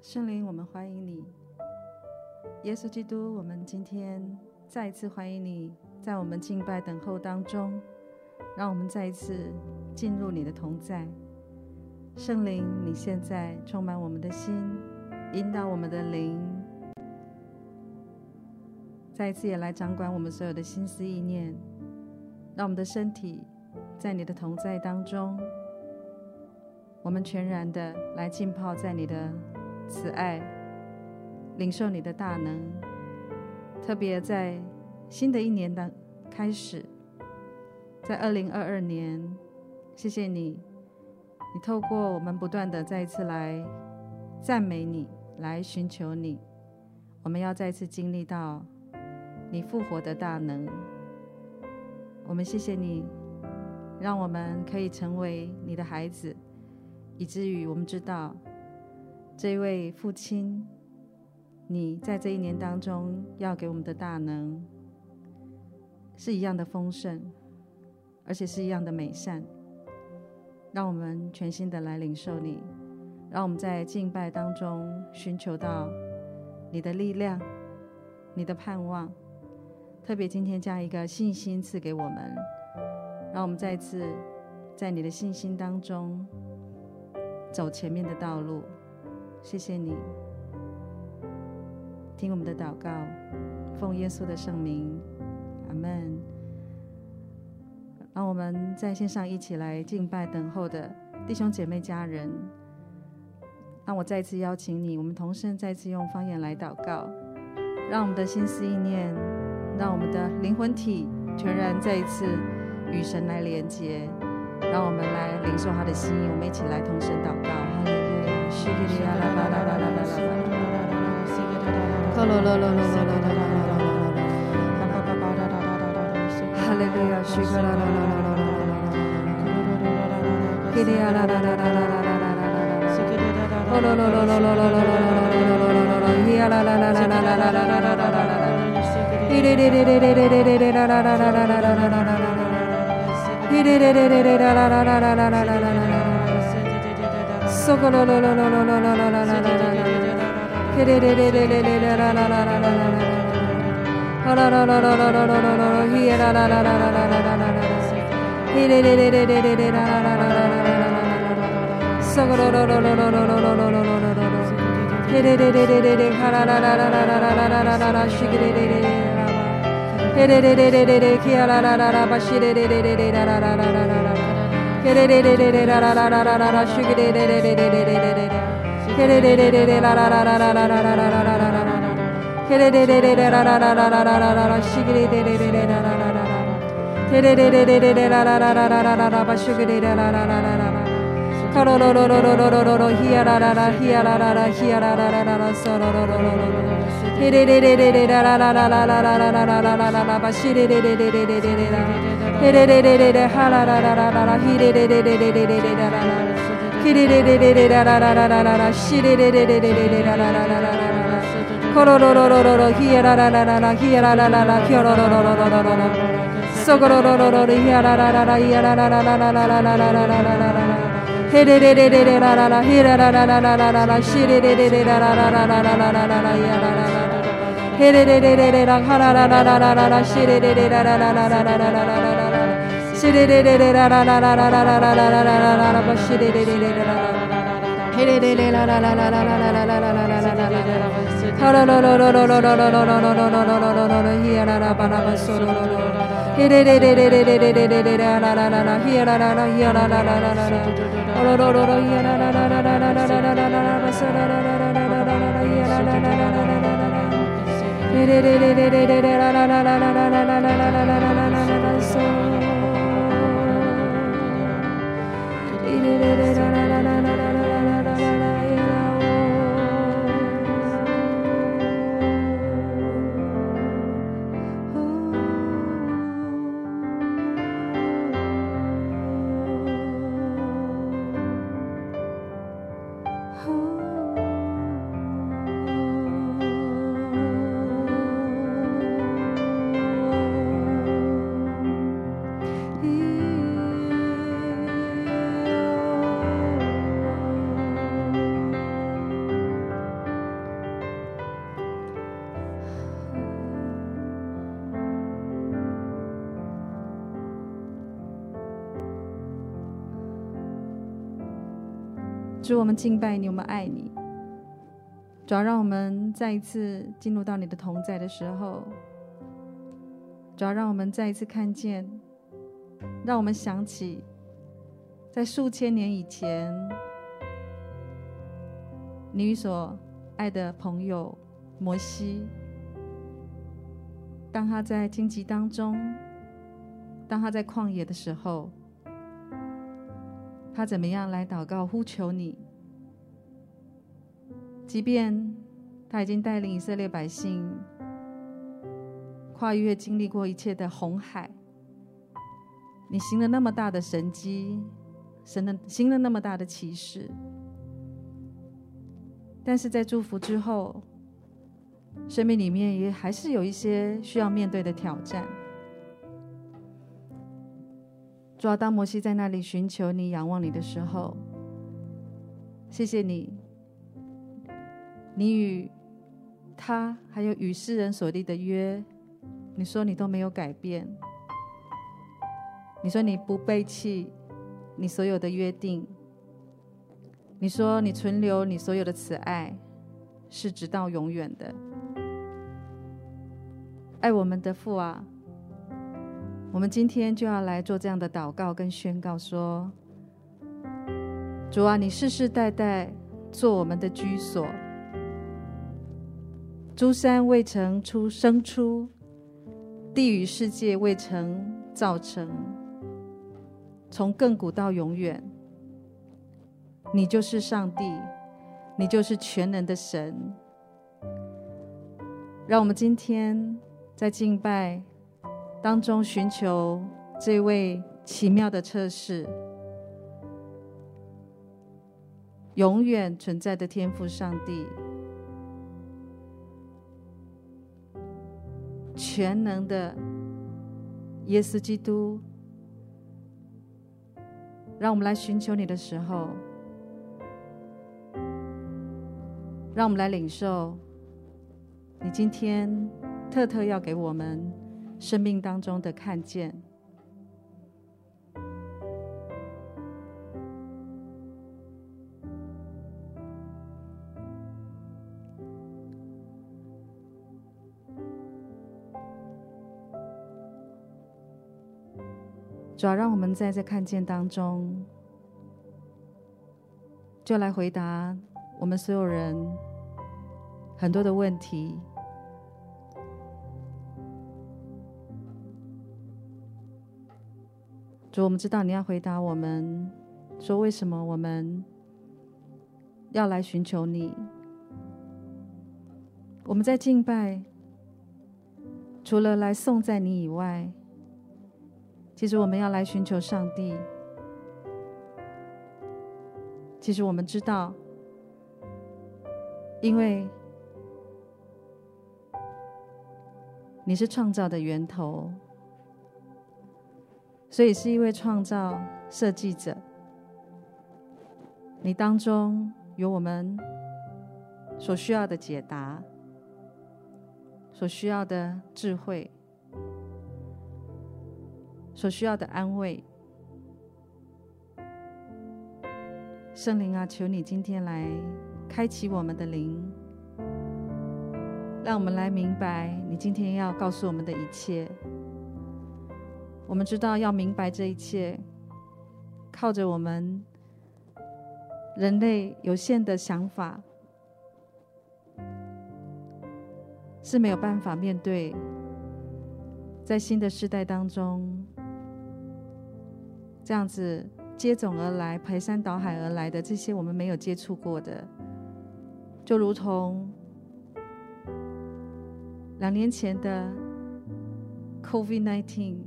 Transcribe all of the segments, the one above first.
圣灵，我们欢迎你，耶稣基督，我们今天再一次欢迎你，在我们敬拜等候当中，让我们再一次进入你的同在。圣灵，你现在充满我们的心，引导我们的灵，再一次也来掌管我们所有的心思意念，让我们的身体在你的同在当中，我们全然的来浸泡在你的慈爱，领受你的大能。特别在新的一年的开始，在2022年，谢谢你，你透过我们不断的再一次来赞美你，来寻求你，我们要再一次经历到你复活的大能。我们谢谢你，让我们可以成为你的孩子，以至于我们知道这一位父亲，你在这一年当中要给我们的大能是一样的丰盛，而且是一样的美善。让我们全心的来领受你，让我们在敬拜当中寻求到你的力量，你的盼望。特别今天将一个信心赐给我们，让我们再次在你的信心当中走前面的道路。谢谢你，听我们的祷告，奉耶稣的圣名，阿们。让我们在线上一起来敬拜等候的弟兄姐妹家人，让我再次邀请你，我们同声再次用方言来祷告，让我们的心思意念，让我们的灵魂体全然再一次与神来连结，让我们来领受他的心意。我们一起来同声祷告，哈利路亚，哈利主，我们敬拜你，我们爱你。主要让我们再一次进入到你的同在的时候，主要让我们再一次看见，让我们想起在数千年以前，你与所爱的朋友摩西，当他在荆棘当中，当他在旷野的时候，他怎么样来祷告呼求你，即便他已经带领以色列百姓跨越经历过一切的红海，你行了那么大的神迹，行了那么大的奇事，但是在祝福之后，生命里面也还是有一些需要面对的挑战。主要当摩西在那里寻求你、仰望你的时候，谢谢你，你与他还有与世人所立的约，你说你都没有改变，你说你不背弃你所有的约定，你说你存留你所有的慈爱是直到永远的。爱我们的父啊，我们今天就要来做这样的祷告跟宣告说，主啊，你世世代代做我们的居所，诸山未曾生出，地与世界未曾造成，从亘古到永远，你就是上帝，你就是全能的神。让我们今天在敬拜当中寻求这位奇妙的测试，永远存在的天父上帝，全能的耶稣基督。让我们来寻求你的时候，让我们来领受你今天特特要给我们生命当中的看见。主要让我们在这看见当中，就来回答我们所有人很多的问题。主，我们知道你要回答我们，说为什么我们要来寻求你。我们在敬拜，除了来颂赞你以外，其实我们要来寻求上帝。其实我们知道，因为你是创造的源头，所以是一位创造设计者。你当中有我们所需要的解答，所需要的智慧，所需要的安慰。圣灵啊，求你今天来开启我们的灵，让我们来明白你今天要告诉我们的一切。我们知道要明白这一切，靠着我们人类有限的想法是没有办法面对在新的世代当中这样子接踵而来、排山倒海而来的这些我们没有接触过的，就如同2年前的 COVID-19，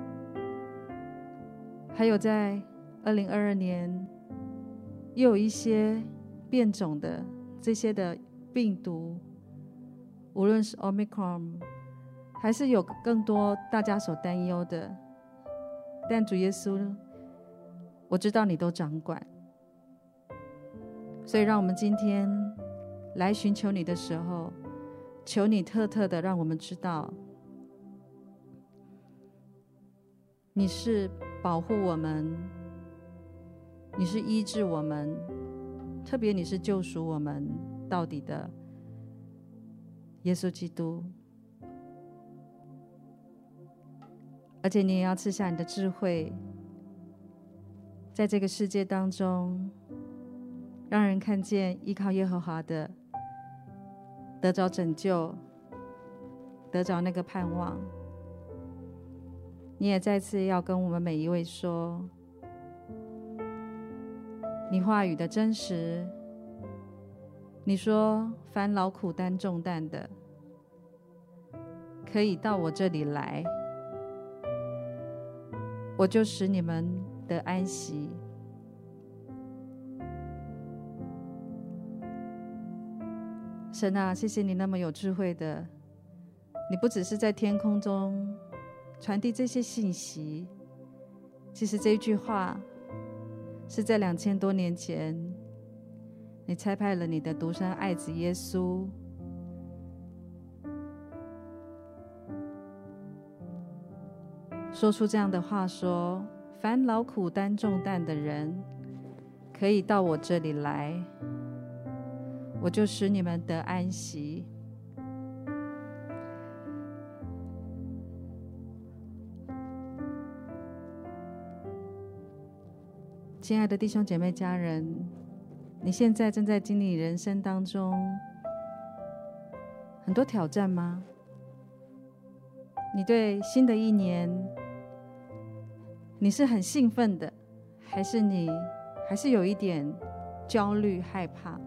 还有在2022年又有一些变种的这些的病毒，无论是 Omicron， 还是有更多大家所担忧的，但主耶稣，我知道你都掌管。所以让我们今天来寻求你的时候，求你特特的让我们知道，你是保护我们，你是医治我们， 特别你是救赎我们到底的耶稣基督，而且你也要赐下你的智慧，在这个世界当中，让人看见依靠耶和华的得着拯救，得着那个盼望。你也再次要跟我们每一位说，你话语的真实。你说凡劳苦担重担的，可以到我这里来，我就使你们得安息。神啊，谢谢你那么有智慧的，你不只是在天空中传递这些信息，其实这一句话是在2000多年前，你差派了你的独生爱子耶稣，说出这样的话，说凡劳苦担重担的人，可以到我这里来，我就使你们得安息。亲爱的弟兄姐妹家人，你现在正在经历人生当中很多挑战吗？你对新的一年你是很兴奋的，还是你还是有一点焦虑害怕？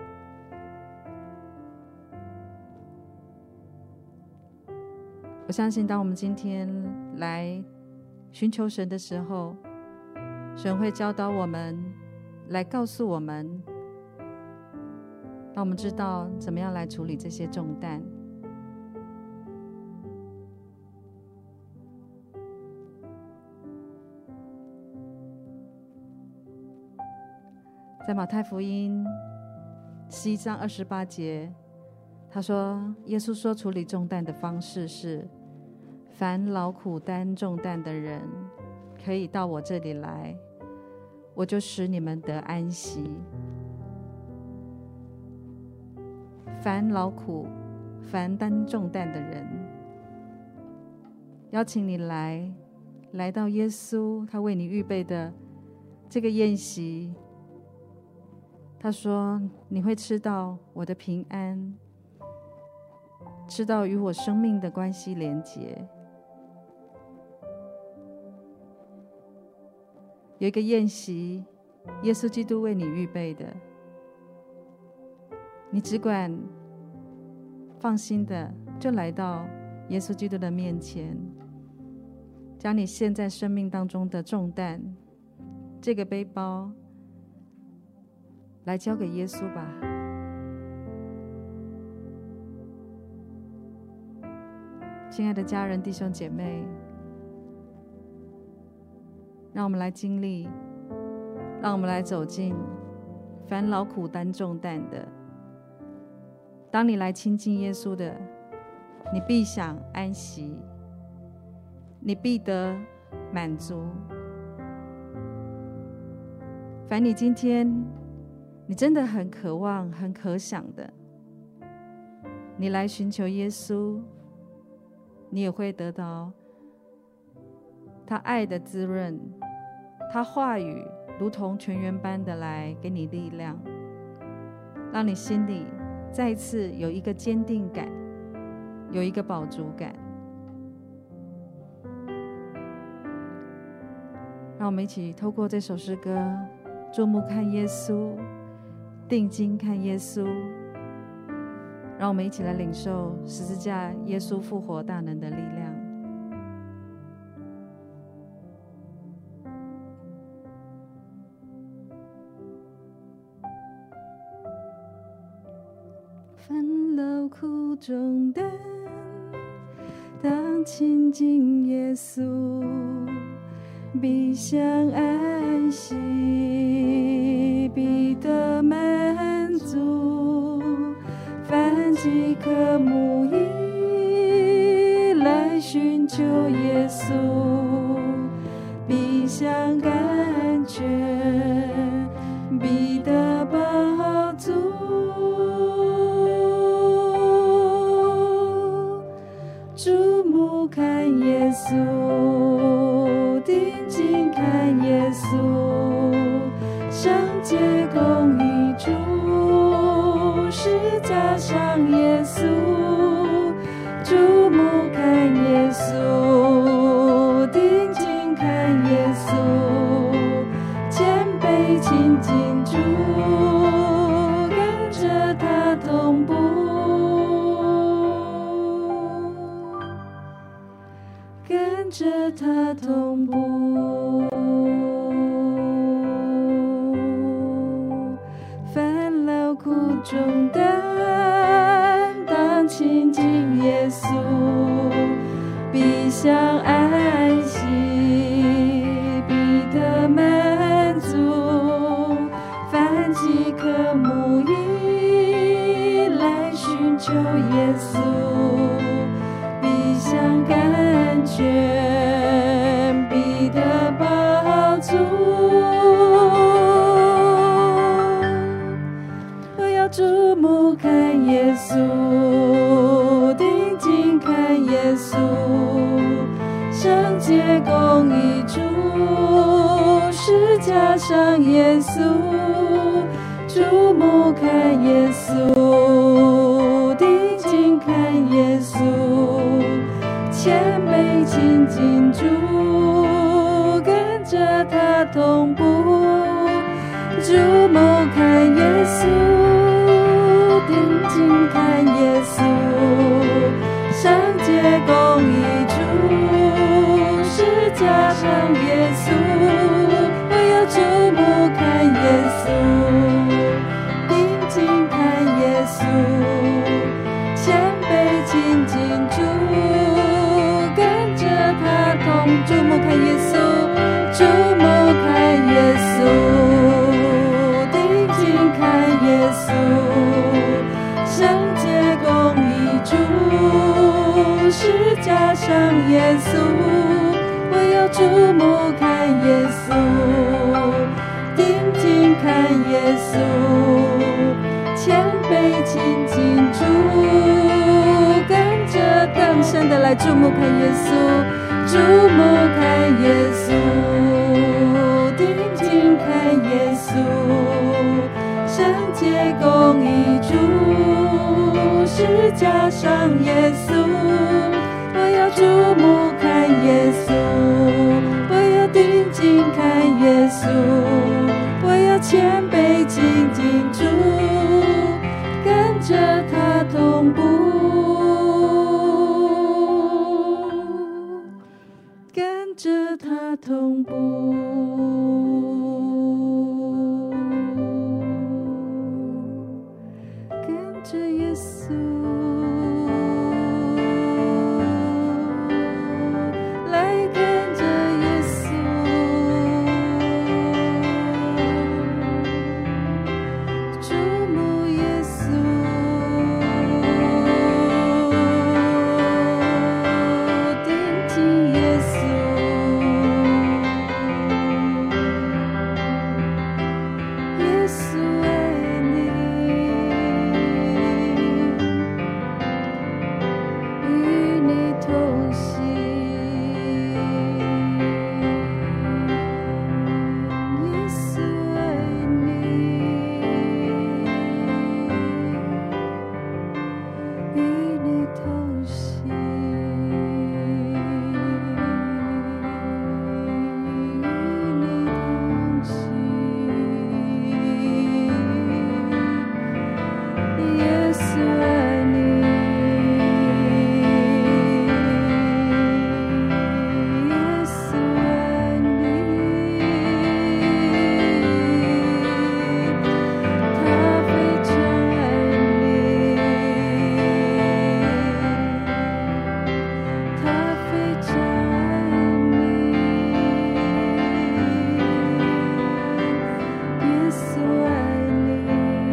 我相信当我们今天来寻求神的时候，神会教导我们，来告诉我们，让我们知道怎么样来处理这些重担。在马太福音11章28节，他说，耶稣说处理重担的方式是，凡劳苦担重担的人，可以到我这里来，我就使你们得安息。凡劳苦凡担重担的人，邀请你来到耶稣他为你预备的这个宴席。他说，你会吃到我的平安，吃到与我生命的关系连结。有一个宴席，耶稣基督为你预备的，你只管放心的就来到耶稣基督的面前，将你现在生命当中的重担，这个背包来交给耶稣吧。亲爱的家人弟兄姐妹，让我们来经历，让我们来走进凡劳苦担重担的。当你来亲近耶稣的，你必享安息，你必得满足。凡你今天你真的很渴望很可想的，你来寻求耶稣，你也会得到他爱的滋润，他话语如同泉源般的来给你力量，让你心里再一次有一个坚定感，有一个饱足感。让我们一起透过这首诗歌，注目看耶稣，定睛看耶稣，让我们一起来领受十字架耶稣复活大能的力量。凡劳苦重担，当亲近耶稣，必享安息，必得满足。凡饥渴慕义，来寻求耶稣，必享甘泉，必得饱架上耶稣，注目看耶稣，定睛看耶稣，谦卑亲近主，跟着他同步，跟着他同步。烦恼苦重担当亲近耶稣，必享安息，必得满足。凡饥渴慕义来寻求耶稣，必享甘泉，必得饱足。我要注目看耶稣，定睛看耶稣，圣洁公义主，十架上耶稣，注目看耶稣，定睛看耶稣，谦卑亲近主，跟着他同步，注目看耶稣，定睛看耶稣，圣洁公义主，十架上耶稣，我要注目看耶稣，定睛看耶稣，谦卑亲近主，跟着他同注目看耶稣，注目看耶稣，定睛看耶稣，圣洁公义主，十架上耶稣，我要注目看耶稣，定睛看耶稣，谦卑亲近主，跟着更深的来注目看耶稣，注目看耶稣，定睛看耶稣，圣洁公义主，十架上耶稣，我要注目看耶稣，我要定睛看耶稣，我要谦卑亲近主，跟着他同步，跟着他同步，跟着耶稣，来跟着耶稣，注目耶稣，定睛耶稣，耶稣爱你，与你同行，耶稣爱你，与你同行，与你同行，耶稣爱你，耶稣爱你，他非常爱你，他非常爱你，耶稣爱你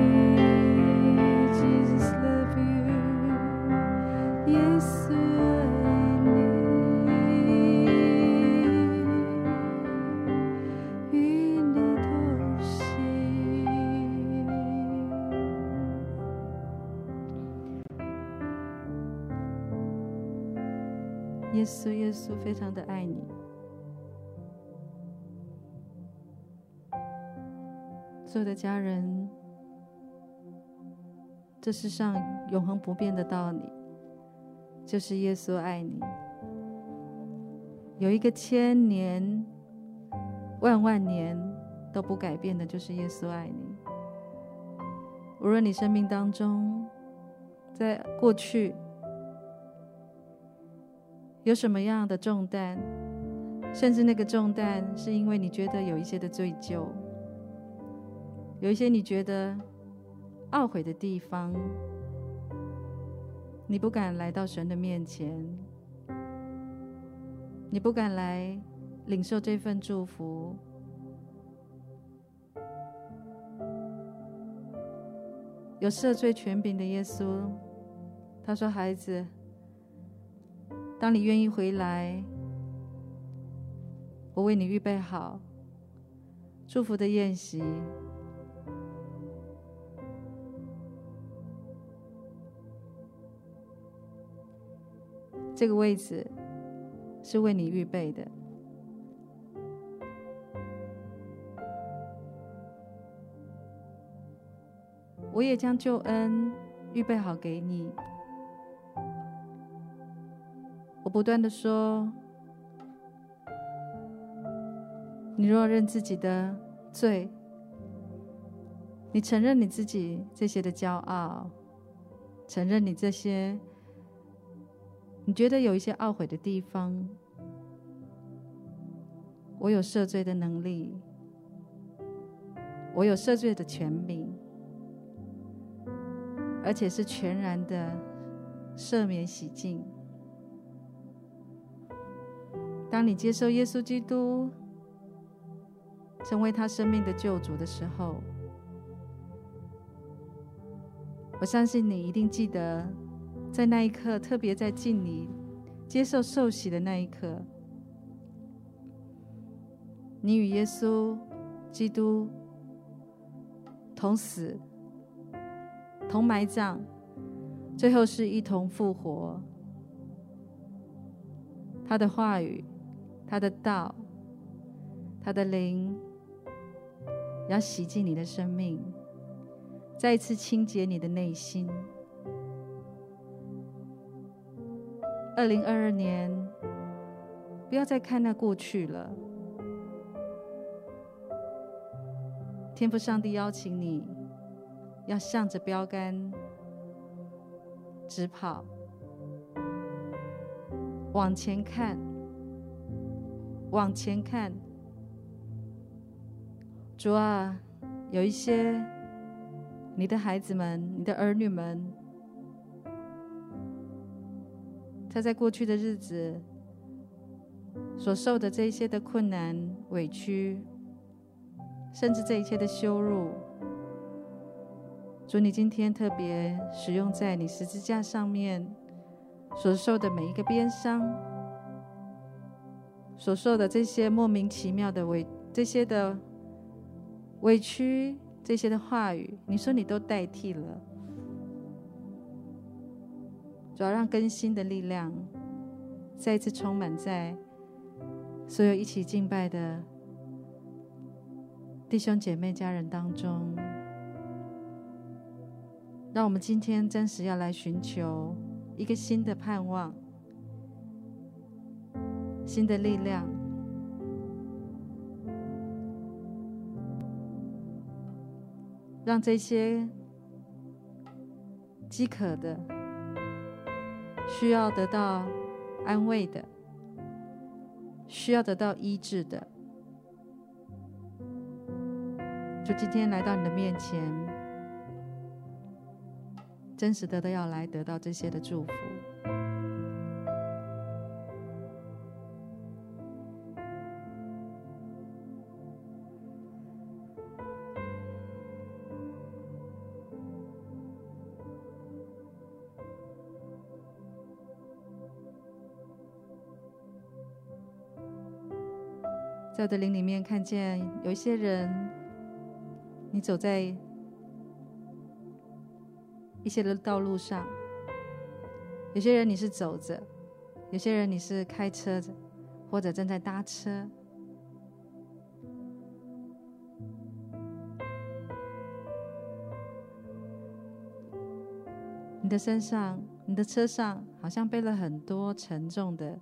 ，Jesus love you，耶稣爱你，与你同行。耶稣，耶稣非常的爱你。所有的家人这世上永恒不变的道理，就是耶稣爱你。有一个千年、万万年都不改变的，就是耶稣爱你。无论你生命当中，在过去有什么样的重担，甚至那个重担是因为你觉得有一些的罪疚，有一些你觉得懊悔的地方，你不敢来到神的面前，你不敢来领受这份祝福。有赦罪权柄的耶稣，他说：孩子，当你愿意回来，我为你预备好祝福的宴席。这个位置是为你预备的。我也将救恩预备好给你。我不断地说，你若认自己的罪，你承认你自己这些的骄傲，承认你这些你觉得有一些懊悔的地方，我有赦罪的能力，我有赦罪的权柄，而且是全然的赦免洗净。当你接受耶稣基督成为他生命的救主的时候，我相信你一定记得，在那一刻，特别在敬礼接受受洗的那一刻，你与耶稣基督同死，同埋葬，最后是一同复活。他的话语，他的道，他的灵要洗净你的生命，再一次清洁你的内心。2022年，不要再看那过去了。天父上帝邀请你，要向着标杆直跑，往前看，往前看。主啊，有一些你的孩子们，你的儿女们，他在过去的日子所受的这一些的困难、委屈，甚至这一切的羞辱，主，你今天特别使用在你十字架上面所受的每一个鞭伤，所受的这些莫名其妙的这些的委屈，这些的话语，你说你都代替了。主要让更新的力量再一次充满在所有一起敬拜的弟兄姐妹家人当中。让我们今天真实要来寻求一个新的盼望，新的力量，让这些饥渴的、需要得到安慰的、需要得到医治的，就今天来到你的面前，真实的要来得到这些的祝福。在我的灵里面看见有一些人，你走在一些的道路上，有些人你是走着，有些人你是开车着，或者正在搭车。 你的身上、你的车上好像背了很多沉重的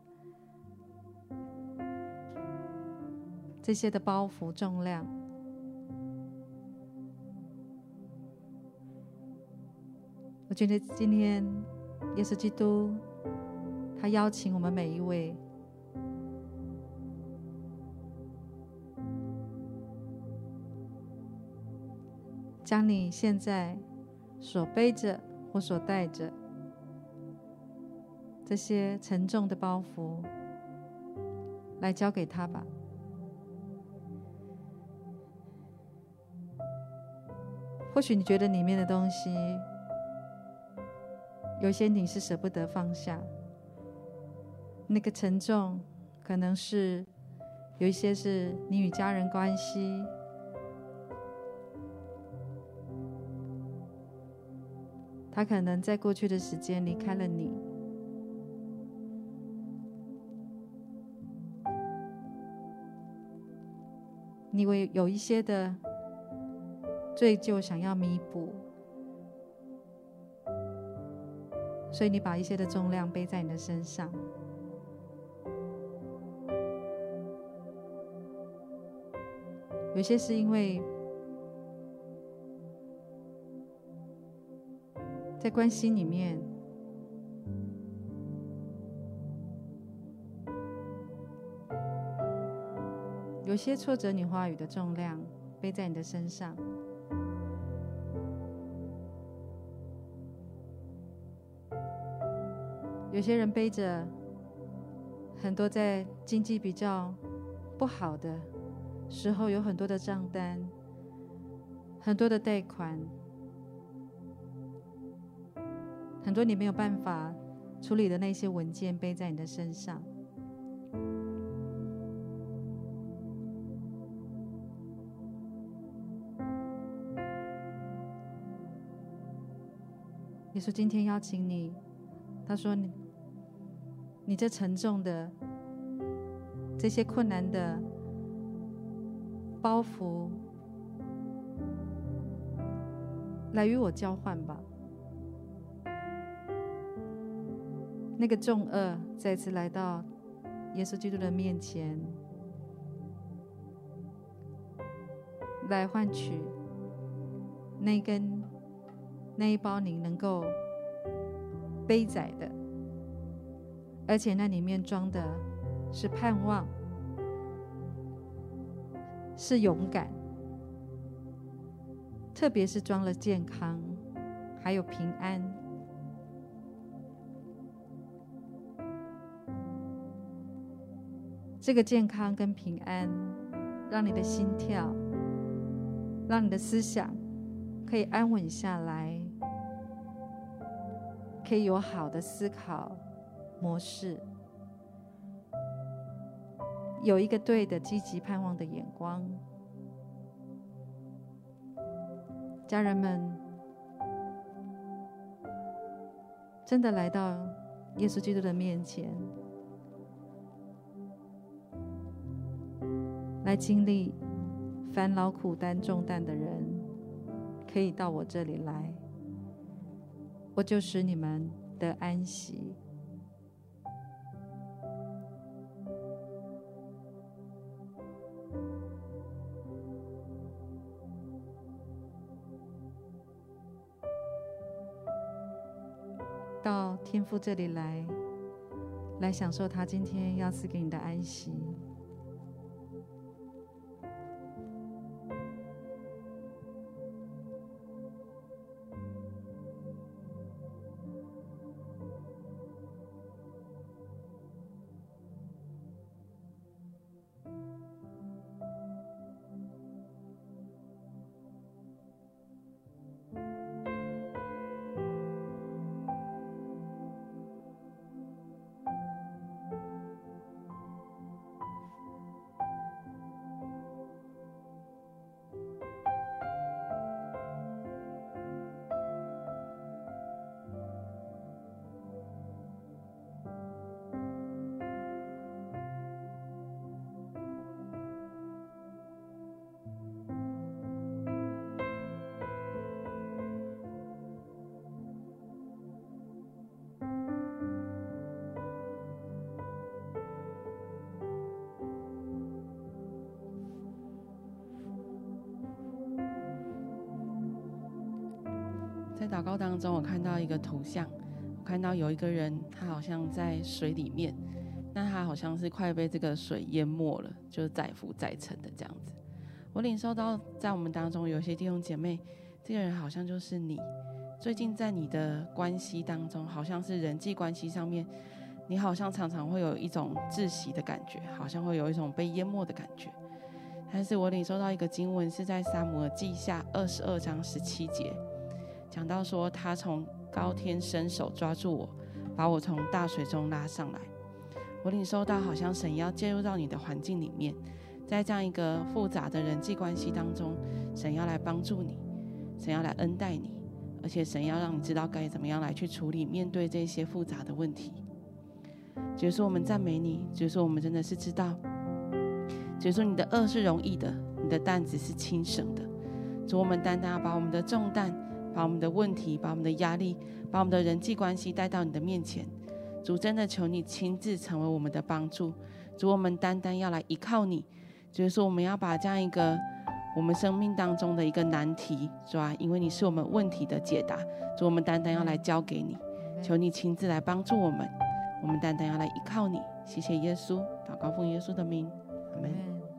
这些的包袱重量。我觉得今天耶稣基督他邀请我们每一位，将你现在所背着或所带着这些沉重的包袱来交给他吧。或许你觉得里面的东西有些你是舍不得放下，那个沉重可能是有一些是你与家人关系，他可能在过去的时间离开了你，你会有一些的罪疚想要弥补，所以你把一些的重量背在你的身上。有些是因为在关系里面有些挫折你话语的重量背在你的身上，有些人背着很多在经济比较不好的时候有很多的账单，很多的贷款，很多你没有办法处理的那些文件背在你的身上。耶稣今天邀请你，他说你这沉重的这些困难的包袱来与我交换吧。那个重恶再次来到耶稣基督的面前，来换取那一包你能够背载的，而且那里面装的是盼望，是勇敢，特别是装了健康，还有平安。这个健康跟平安，让你的心跳，让你的思想可以安稳下来，可以有好的思考模式，有一个对的积极盼望的眼光。家人们，真的来到耶稣基督的面前，来经历烦劳苦担重担的人，可以到我这里来，我就使你们得安息。到天父这里来享受他今天要赐给你的安息。 在祷告当中，我看到一个图像，我看到有一个人，他好像在水里面，那他好像是快被这个水淹没了，就是载浮载沉的这样子。我领受到在我们当中有些弟兄姐妹，这个人好像就是你。最近在你的关系当中，好像是人际关系上面，你好像常常会有一种窒息的感觉，好像会有一种被淹没的感觉。但是我领受到一个经文，是在撒母耳记下22章17节，讲到说他从高天伸手抓住我，把我从大水中拉上来。我领受到好像神要介入到你的环境里面，在这样一个复杂的人际关系当中，神要来帮助你，神要来恩待你，而且神要让你知道该怎么样来去处理面对这些复杂的问题。主耶稣，我们赞美你，主耶稣，我们真的是知道，主耶稣，你的恶是容易的，你的担子是轻省的。主，我们单单要把我们的重担，把我们的问题，把我们的压力，把我们的人际关系带到你的面前。主，真的求你亲自成为我们的帮助。主，我们单单要来依靠你。主耶稣，我们要把这样一个我们生命当中的一个难题，主啊，因为你是我们问题的解答，主，我们单单要来交给你，求你亲自来帮助我们。我们单单要来依靠你。谢谢耶稣，祷告奉耶稣的名，阿们。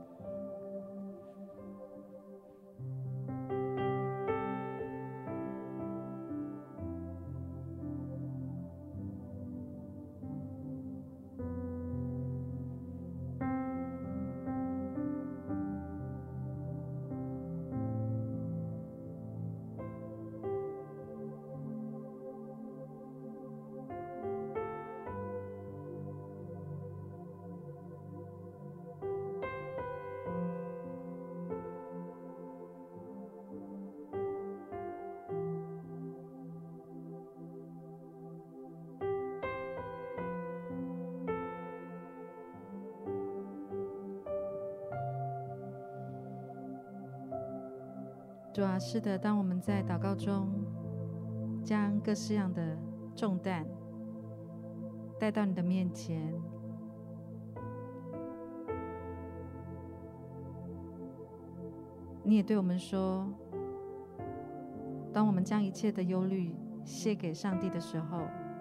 主啊，是的，当我们在祷告中将各式样的重担带到你的面前，你也对我们说，当我们将一切的忧虑卸给上帝的时候，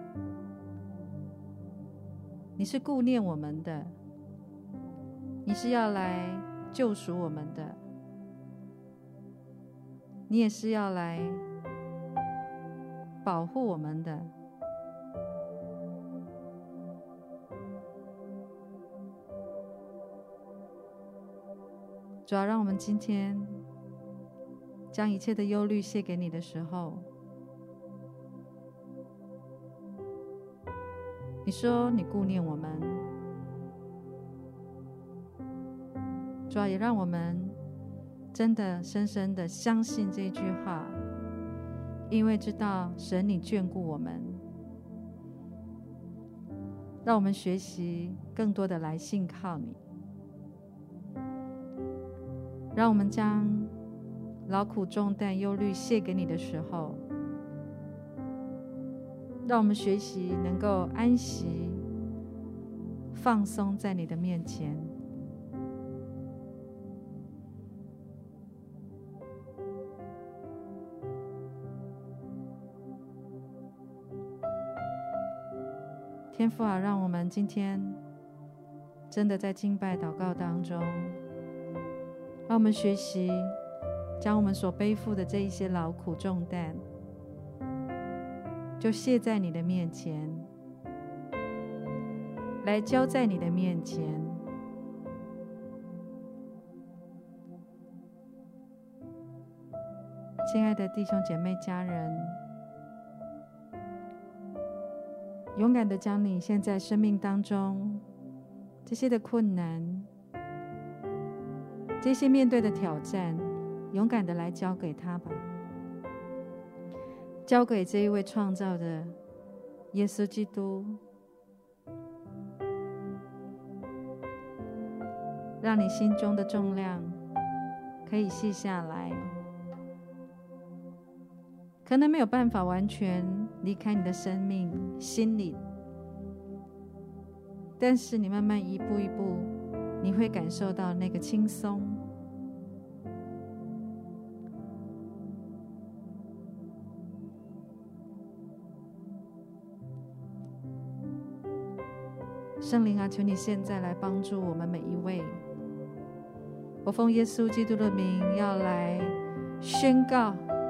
你是顾念我们的，你是要来救赎我们的，你也是要来保护我们的。主要让我们今天将一切的忧虑卸给你的时候，你说你顾念我们，主要也让我们真的深深的相信这句话，因为知道神你眷顾我们，让我们学习更多的来信靠你，让我们将劳苦重担忧虑卸给你的时候，让我们学习能够安息放松在你的面前。天父啊，让我们今天真的在敬拜祷告当中，让我们学习将我们所背负的这一些劳苦重担就卸在你的面前，来交在你的面前。亲爱的弟兄姐妹家人，勇敢的将你现在生命当中这些的困难，这些面对的挑战，勇敢的来交给他吧，交给这一位创造的耶稣基督，让你心中的重量可以卸下来。可能没有办法完全离开你的生命心灵，但是你慢慢一步一步，你会感受到那个轻松。 圣灵啊，求你现在来帮助我们每一位。我奉耶稣基督的名要来宣告，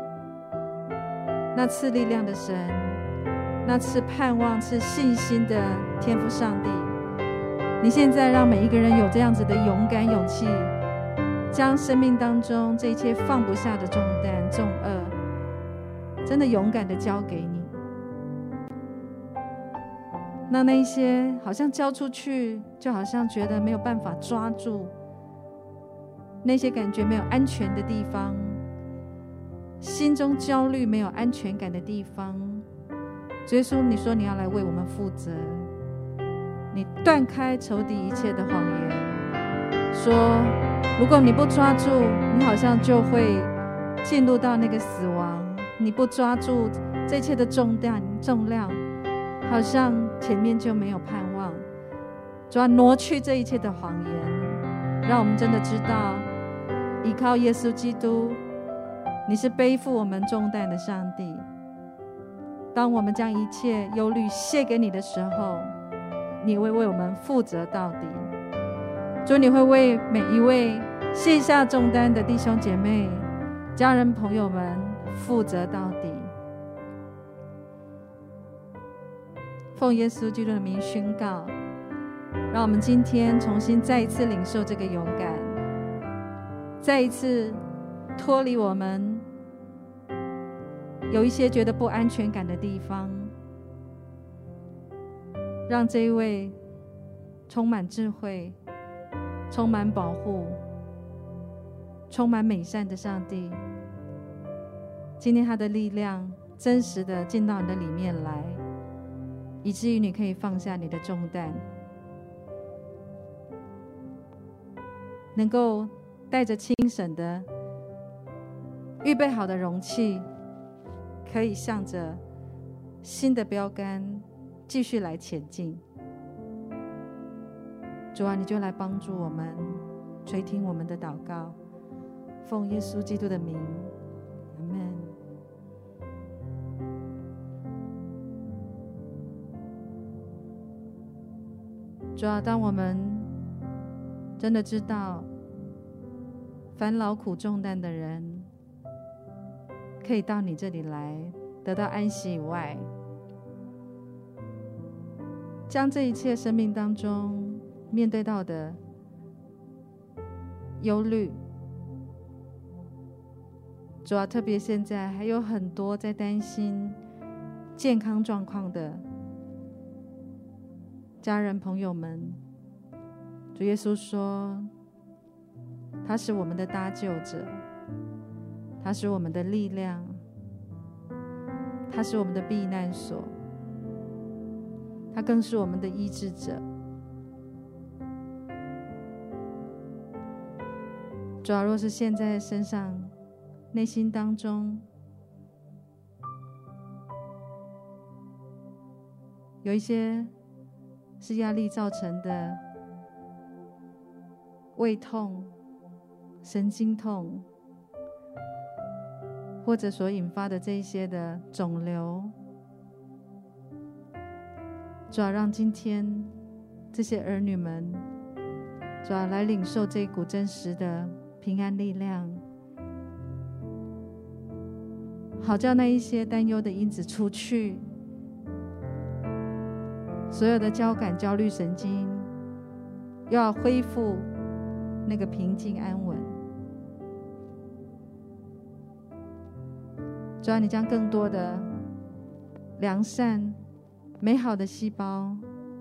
那赐力量的神，那赐盼望赐信心的天父上帝，你现在让每一个人有这样子的勇敢勇气，将生命当中这一切放不下的重担重恶，真的勇敢的交给你。那一些好像交出去就好像觉得没有办法抓住，那些感觉没有安全的地方，心中焦虑没有安全感的地方，主耶稣，你说你要来为我们负责，你断开仇敌一切的谎言，说如果你不抓住，你好像就会进入到那个死亡，你不抓住这一切的重量，好像前面就没有盼望。主要挪去这一切的谎言，让我们真的知道依靠耶稣基督，你是背负我们重担的上帝。当我们将一切忧虑卸给你的时候，你会为我们负责到底。主，你会为每一位卸下重担的弟兄姐妹、家人朋友们负责到底。奉耶稣基督的名宣告，让我们今天重新再一次领受这个勇敢，再一次脱离我们有一些觉得不安全感的地方，让这一位充满智慧、充满保护、充满美善的上帝，今天他的力量真实的进到你的里面来，以至于你可以放下你的重担，能够带着轻省的预备好的容器，可以向着新的标杆继续来前进。主啊，你就来帮助我们，垂听我们的祷告，奉耶稣基督的名，阿们。主啊，当我们真的知道凡劳苦重担的人可以到你这里来得到安息以外，将这一切生命当中面对到的忧虑，主啊，特别现在还有很多在担心健康状况的家人朋友们，主耶稣说他是我们的搭救者，他是我们的力量，他是我们的避难所，他更是我们的医治者。主要若是现在身上内心当中有一些是压力造成的胃痛、神经痛，或者所引发的这一些的肿瘤，主要让今天这些儿女们主要来领受这一股真实的平安力量，好叫那一些担忧的因子出去，所有的交感焦虑神经又要恢复那个平静安稳。主要你将更多的良善美好的细胞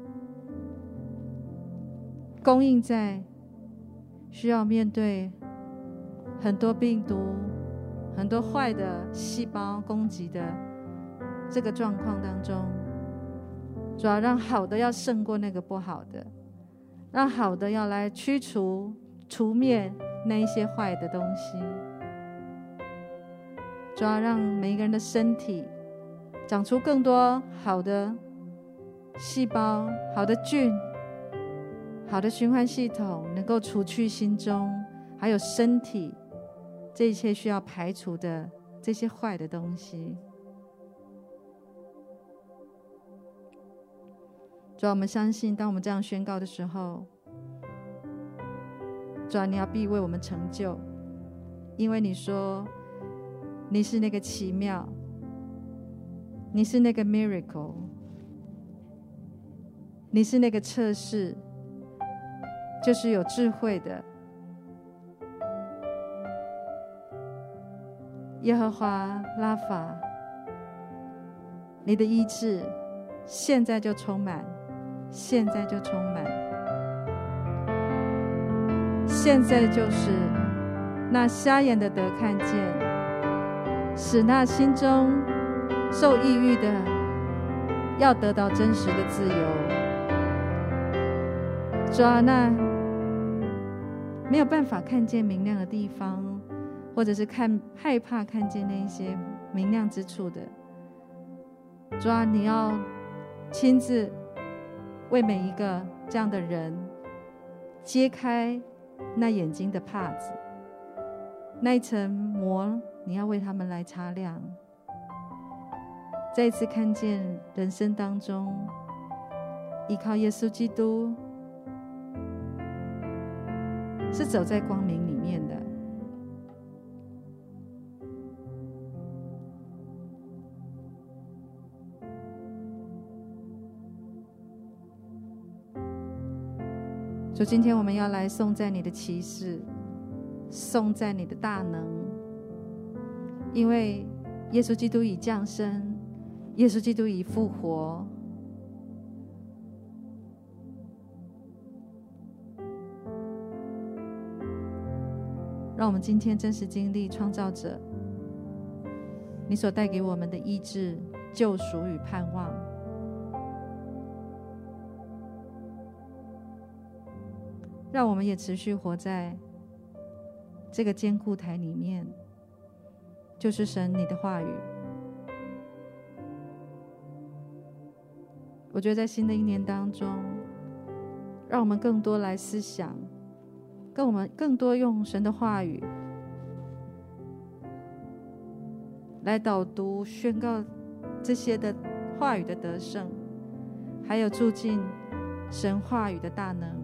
供应在需要面对很多病毒、很多坏的细胞攻击的这个状况当中，主要让好的要胜过那个不好的，让好的要来驱除除灭那一些坏的东西，主要让每一个人的身体长出更多好的细胞、好的菌、好的循环系统，能够除去心中还有身体这一切需要排除的这些坏的东西。主主啊，我们相信当我们这样宣告的时候，主啊，你要必为我们成就，因为你说你是那个奇妙，你是那个 miracle， 你是那个测试，就是有智慧的耶和华拉法，你的医治现在就充满，现在就充满，现在就是那瞎眼的得看见，使那心中受抑郁的要得到真实的自由。主啊，那没有办法看见明亮的地方，或者是害怕看见那一些明亮之处的，主啊，你要亲自为每一个这样的人揭开那眼睛的帕子，那一层膜，你要为他们来擦亮，再一次看见人生当中依靠耶稣基督是走在光明里面的。主，今天我们要来颂赞你的奇事，颂赞你的大能，因为耶稣基督已降生，耶稣基督已复活。让我们今天真实经历创造者你所带给我们的医治、救赎与盼望。让我们也持续活在这个坚固台里面，就是神你的话语。我觉得在新的一年当中，让我们更多来思想，跟我们更多用神的话语来导读宣告这些的话语的得胜，还有促进神话语的大能。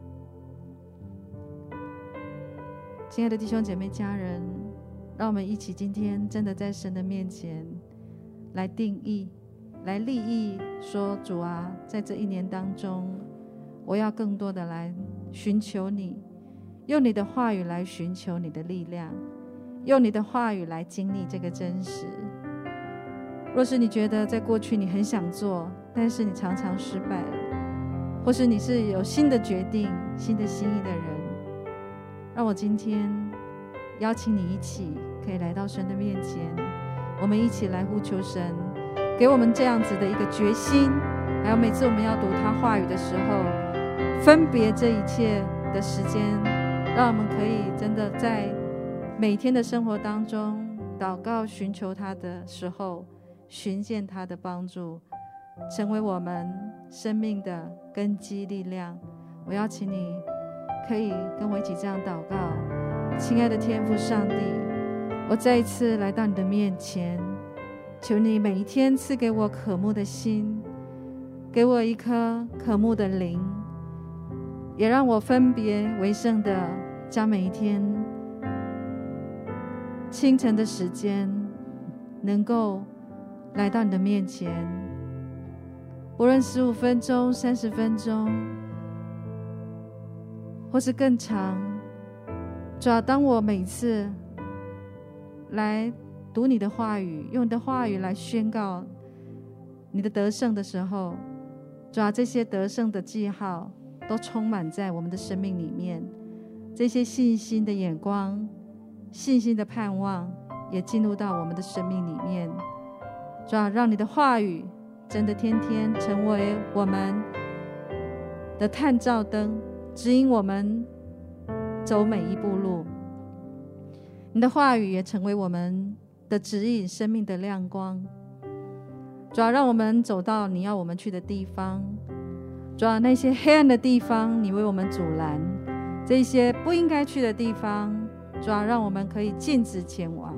亲爱的弟兄姐妹家人，让我们一起今天真的在神的面前来定义，来立意说，主啊，在这一年当中，我要更多的来寻求你，用你的话语来寻求你的力量，用你的话语来经历这个真实。若是你觉得在过去你很想做，但是你常常失败了，或是你是有新的决定、新的心意的人，让我今天邀请你一起可以来到神的面前，我们一起来呼求神给我们这样子的一个决心，还有每次我们要读他话语的时候，分别这一切的时间，让我们可以真的在每天的生活当中祷告寻求他的时候，寻见他的帮助，成为我们生命的根基力量。我邀请你可以跟我一起这样祷告。亲爱的天父上帝，我再一次来到你的面前，求你每一天赐给我渴慕的心，给我一颗渴慕的灵，也让我分别为圣的将每一天清晨的时间能够来到你的面前，无论15分钟、30分钟，或是更长。主要当我每次来读你的话语，用你的话语来宣告你的得胜的时候，主要这些得胜的记号都充满在我们的生命里面，这些信心的眼光、信心的盼望也进入到我们的生命里面。主要让你的话语真的天天成为我们的探照灯，指引我们走每一步路。你的话语也成为我们的指引生命的亮光。主要让我们走到你要我们去的地方，主要那些黑暗的地方你为我们阻拦，这些不应该去的地方，主要让我们可以禁止前往。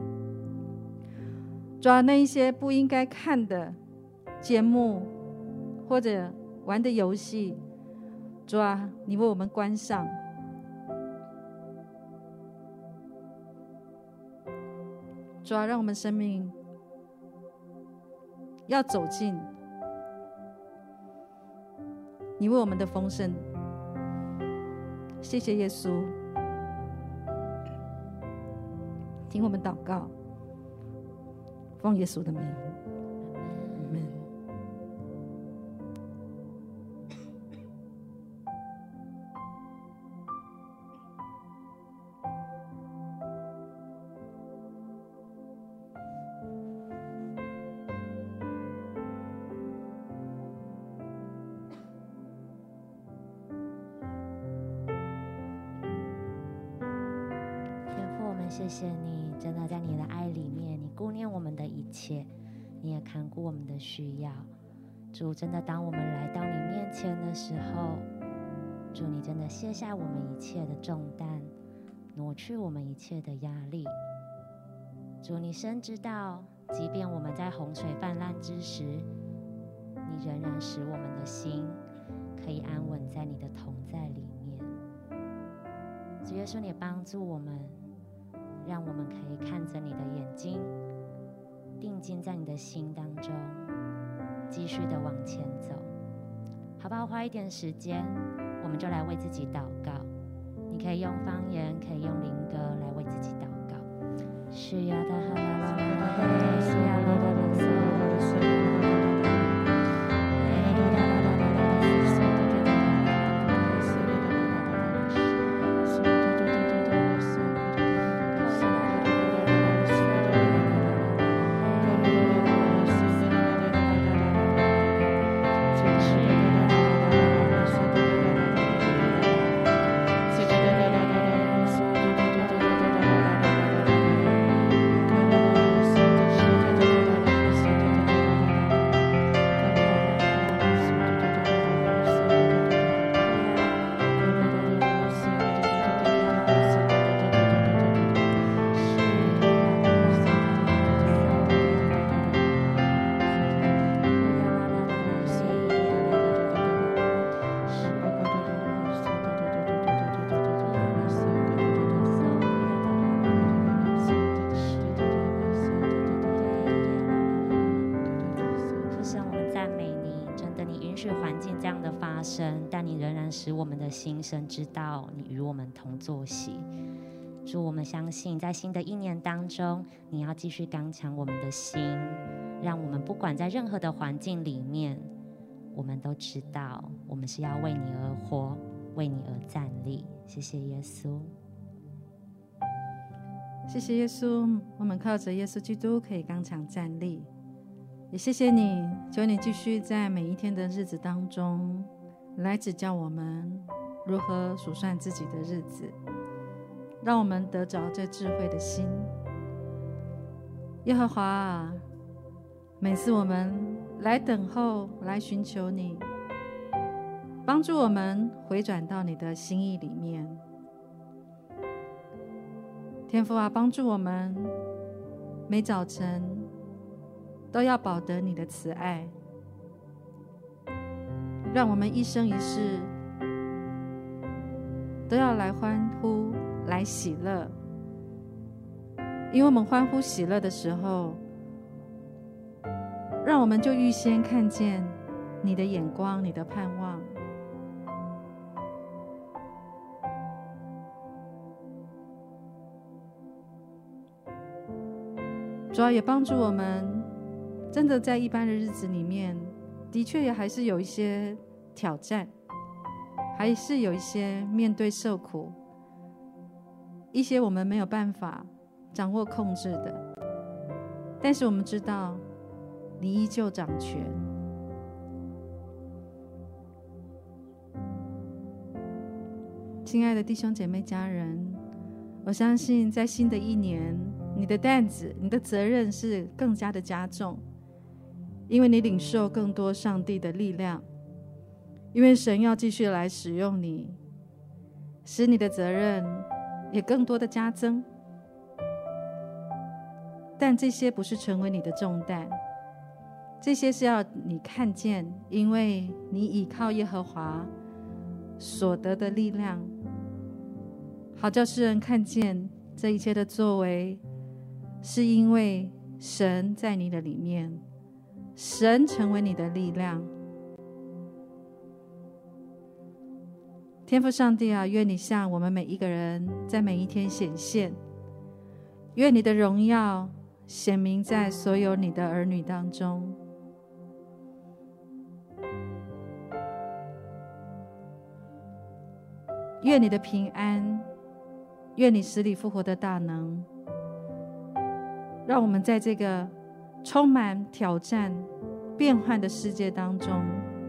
主要那一些不应该看的节目或者玩的游戏，主啊，你为我们关上。主啊，让我们生命要走进你为我们的丰盛。谢谢耶稣，听我们祷告，奉耶稣的名，阿们。 谢谢你，真的在你的爱里面，你顾念我们的一切，你也看顾我们的需要。主，真的当我们来到你面前的时候，主，你真的卸下我们一切的重担，挪去我们一切的压力。主，你深知道，即便我们在洪水泛滥之时，你仍然使我们的心可以安稳在你的同在里面。主耶稣，你帮助我们，让我们可以看着你的眼睛，定睛在你的心当中，继续的往前走，好不好？花一点时间，我们就来为自己祷告。你可以用方言，可以用灵歌来为自己祷告。是呀的哈啦啦啦，是呀啦啦啦，是呀啦啦啦，是呀啦啦啦。但你仍然使我们的心神知道你与我们同坐席。主，我们相信在新的一年当中，你要继续刚强我们的心，让我们不管在任何的环境里面，我们都知道我们是要为你而活，为你而站立。谢谢耶稣， 谢谢耶稣，我们靠着耶稣基督可以刚强站立。也谢谢你，求你继续在每一天的日子当中来指教我们如何数算自己的日子，让我们得着这智慧的心。耶和华啊，每次我们来等候，来寻求你，帮助我们回转到你的心意里面。天父啊，帮助我们每早晨都要饱得你的慈爱，让我们一生一世都要来欢呼，来喜乐。因为我们欢呼喜乐的时候，让我们就预先看见你的眼光，你的盼望。主要也帮助我们真的在一般的日子里面，的确也还是有一些挑战，还是有一些面对受苦，一些我们没有办法掌握控制的，但是我们知道你依旧掌权。亲爱的弟兄姐妹家人，我相信在新的一年，你的担子，你的责任是更加的加重，因为你领受更多上帝的力量，因为神要继续来使用你，使你的责任也更多的加增。但这些不是成为你的重担， 这些是要你看见，因为你倚靠耶和华所得的力量，好叫世人看见这一切的作为，是因为神在你的里面，神成为你的力量。天父上帝啊，愿你向我们每一个人在每一天显现，愿你的荣耀显明在所有你的儿女当中。愿你的平安，愿你死里复活的大能，让我们在这个充满挑战变幻的世界当中，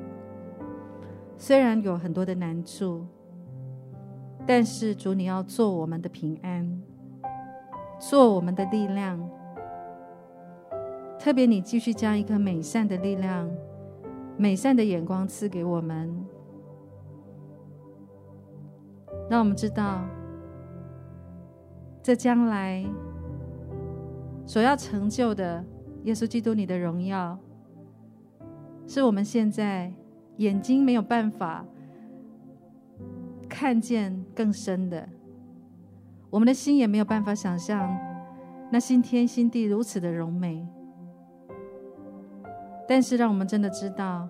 虽然有很多的难处，但是主你要做我们的平安，做我们的力量。特别你继续将一颗美善的力量、美善的眼光赐给我们，让我们知道这将来所要成就的耶稣基督你的荣耀，是我们现在眼睛没有办法看见更深的，我们的心也没有办法想象那新天新地如此的荣美。但是让我们真的知道，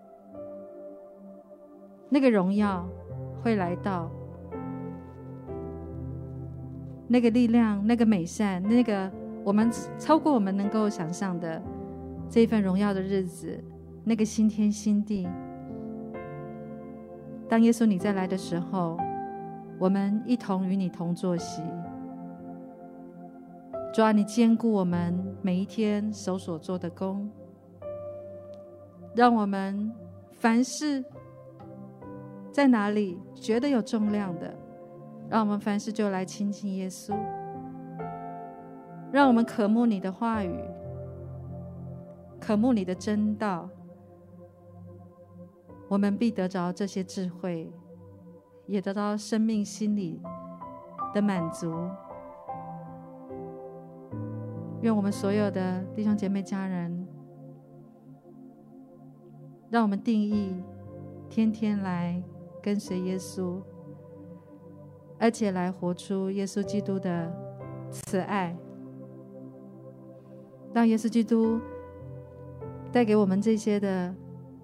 那个荣耀会来到，那个力量，那个美善，那个我们超过我们能够想象的这一份荣耀的日子，那个新天新地。当耶稣你再来的时候，我们一同与你同坐席。主啊，你坚固我们每一天手所做的工，让我们凡事在哪里觉得有重量的，让我们凡事就来亲近耶稣，让我们渴慕你的话语，渴慕你的真道，我们必得着这些智慧，也得到生命心理的满足。愿我们所有的弟兄姐妹家人，让我们定义天天来跟随耶稣，而且来活出耶稣基督的慈爱，让耶稣基督带给我们这些的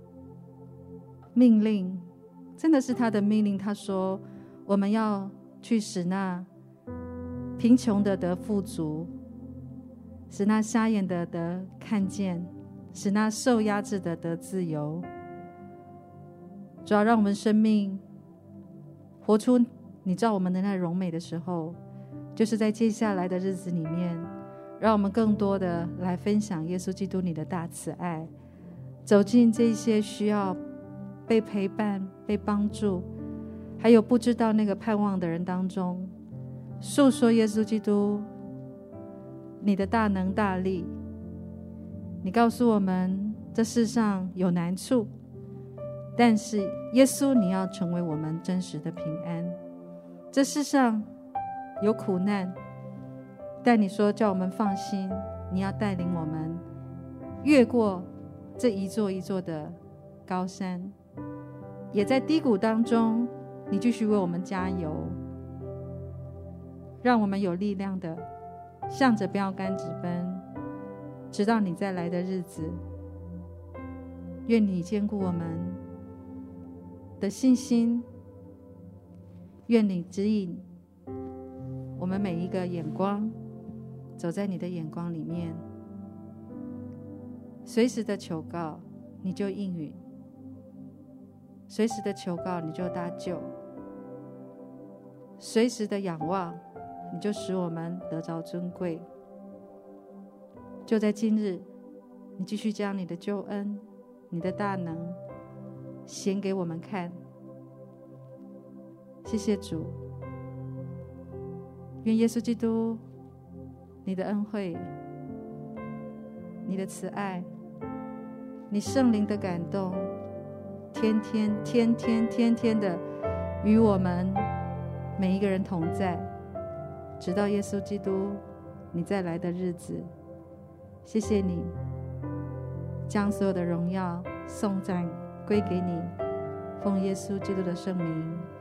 命令，真的是他的命令。他说我们要去使那贫穷的得富足，使那瞎眼的得看见，使那受压制的得自由。主要让我们生命活出你照我们的那荣美的时候，就是在接下来的日子里面，让我们更多的来分享耶稣基督你的大慈爱，走进这些需要被陪伴、被帮助，还有不知道那个盼望的人当中，诉说耶稣基督你的大能大力。你告诉我们这世上有难处，但是耶稣你要成为我们真实的平安。这世上有苦难，但你说叫我们放心，你要带领我们越过这一座一座的高山，也在低谷当中你继续为我们加油，让我们有力量的向着标杆直奔，直到你再来的日子。愿你坚固我们的信心，愿你指引我们每一个眼光，走在你的眼光里面，随时的求告你就应允，随时的求告你就搭救，随时的仰望你就使我们得着尊贵。就在今日，你继续将你的救恩、你的大能显给我们看。谢谢主，愿耶稣基督你的恩惠、你的慈爱、你圣灵的感动，天天的与我们每一个人同在，直到耶稣基督你再来的日子。谢谢你将所有的荣耀颂赞归给你，奉耶稣基督的圣名